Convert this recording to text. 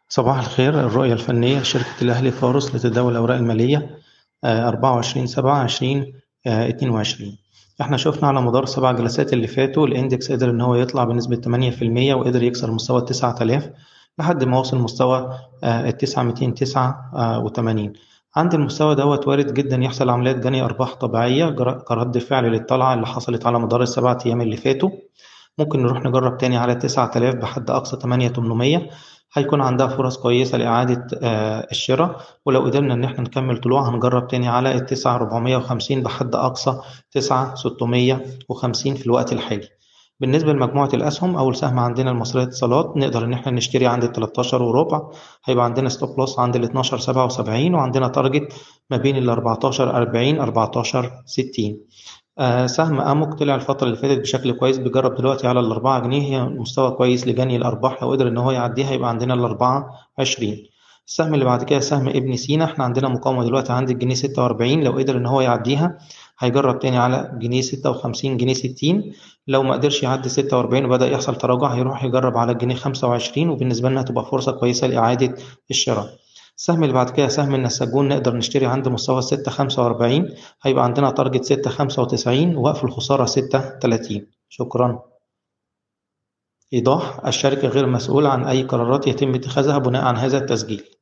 صباح الخير. الرؤية الفنية لشركة الأهلي فارس لتداول الأوراق المالية 24/7/2022. احنا شفنا على مدار السبع جلسات اللي فاتوا الاندكس قدر ان هو يطلع بنسبة 8% وقدر يكسر مستوى 9000 لحد ما وصل مستوى 9289. عند المستوى دوت وارد جدا يحصل عمليات جني أرباح طبيعية كرد فعل للطلعة اللي حصلت على مدار السبع أيام اللي فاتوا. ممكن نروح نجرب تاني على 9000 بحد أقصى 8800. هيكون عندها فرص كويسة لإعادة الشراء، ولو قدرنا إن احنا نكمل طلوع هنجرب تاني على 9450 بحد أقصى 9650 في الوقت الحالي. بالنسبة لمجموعة الأسهم، أول سهم عندنا المصرية اتصالات، نقدر إن احنا نشتري عند 13 وربع. هيبقى عندنا ستوب لوس عند 12.77، وعندنا تارجت ما بين 14.40 14.60. سهم أموك طلع الفترة اللي فاتت بشكل كويس، بيجرب دلوقتي على ال4 جنيه، هي مستوى كويس لجني الأرباح، لو قدر إن هو يعديها يبقى عندنا ال4.20. السهم اللي بعد كده سهم ابن سينا، احنا عندنا مقاومة دلوقتي عند الجنيه 46، لو قدر إن هو يعديها هيجرب تاني على جنيه 56 جنيه 60. لو ما قدرش يعدي 46 وبدأ يحصل تراجع هيروح يجرب على الجنيه 25، وبالنسبة لنا هتبقى فرصة كويسة لإعادة الشراء. السهم اللي بعد كده سهم النساجون، نقدر نشتري عند مستوى 6.45، هيبقى عندنا تارجت 6.95 ووقف الخسارة 6.30. شكرا. إيضاح: الشركة غير مسؤولة عن أي قرارات يتم اتخاذها بناء عن هذا التسجيل.